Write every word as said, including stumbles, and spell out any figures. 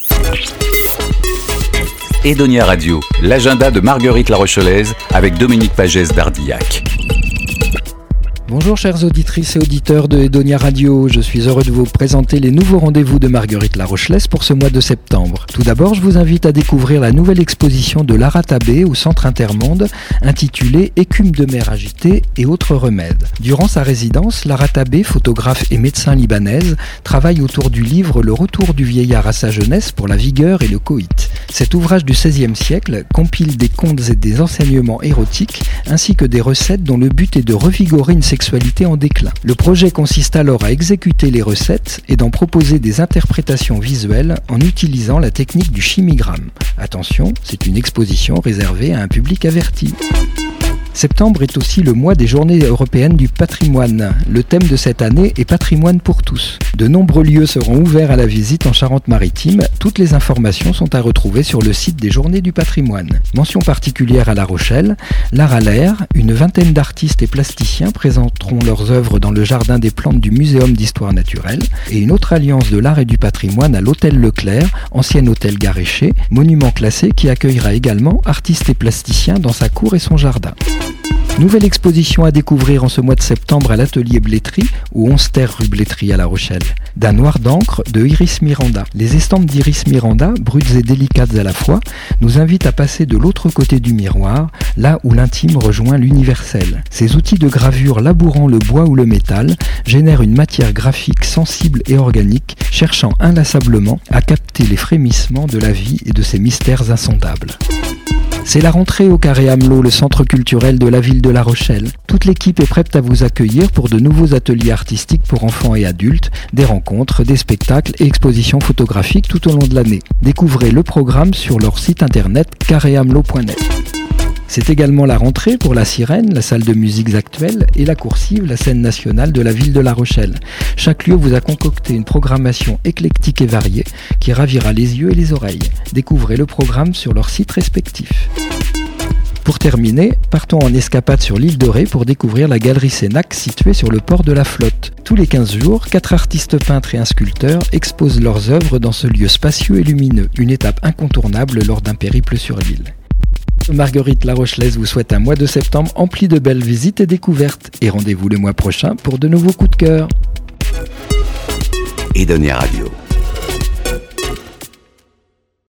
Edonia Radio, l'agenda de Marguerite La Rochelaise avec Dominique Pagès d'Ardillac. Bonjour chères auditrices et auditeurs de Edonia Radio, je suis heureux de vous présenter les nouveaux rendez-vous de Marguerite La Rochelaise pour ce mois de septembre. Tout d'abord, je vous invite à découvrir la nouvelle exposition de Lara Tabé au Centre Intermonde intitulée Écume de mer agitée et autres remèdes. Durant sa résidence, Lara Tabé, photographe et médecin libanaise, travaille autour du livre Le retour du vieillard à sa jeunesse pour la vigueur et le coït. Cet ouvrage du seizième siècle compile des contes et des enseignements érotiques ainsi que des recettes dont le but est de revigorer une sexualité en déclin. Le projet consiste alors à exécuter les recettes et d'en proposer des interprétations visuelles en utilisant la technique du chimigramme. Attention, c'est une exposition réservée à un public averti. Septembre est aussi le mois des Journées européennes du patrimoine. Le thème de cette année est Patrimoine pour tous. De nombreux lieux seront ouverts à la visite en Charente-Maritime. Toutes les informations sont à retrouver sur le site des Journées du patrimoine. Mention particulière à La Rochelle, l'art à l'air, une vingtaine d'artistes et plasticiens présenteront leurs œuvres dans le jardin des plantes du Muséum d'histoire naturelle et une autre alliance de l'art et du patrimoine à l'hôtel Leclerc, ancien hôtel Garéché, monument classé qui accueillera également artistes et plasticiens dans sa cour et son jardin. Nouvelle exposition à découvrir en ce mois de septembre à l'atelier Blétry, au onze terre rue Blétry à La Rochelle. D'un noir d'encre de Iris Miranda. Les estampes d'Iris Miranda, brutes et délicates à la fois, nous invitent à passer de l'autre côté du miroir, là où l'intime rejoint l'universel. Ces outils de gravure labourant le bois ou le métal génèrent une matière graphique sensible et organique, cherchant inlassablement à capter les frémissements de la vie et de ses mystères insondables. C'est la rentrée au Carré Amelot, le centre culturel de la ville de La Rochelle. Toute l'équipe est prête à vous accueillir pour de nouveaux ateliers artistiques pour enfants et adultes, des rencontres, des spectacles et expositions photographiques tout au long de l'année. Découvrez le programme sur leur site internet carré amelot point net. C'est également la rentrée pour la Sirène, la salle de musiques actuelle, et la Coursive, la scène nationale de la ville de La Rochelle. Chaque lieu vous a concocté une programmation éclectique et variée qui ravira les yeux et les oreilles. Découvrez le programme sur leurs sites respectifs. Pour terminer, partons en escapade sur l'île de Ré pour découvrir la galerie Sénac située sur le port de la Flotte. Tous les quinze jours, quatre artistes peintres et un sculpteur exposent leurs œuvres dans ce lieu spacieux et lumineux, une étape incontournable lors d'un périple sur l'île. Marguerite La Rochelaise vous souhaite un mois de septembre empli de belles visites et découvertes. Et rendez-vous le mois prochain pour de nouveaux coups de cœur. Edonia Radio.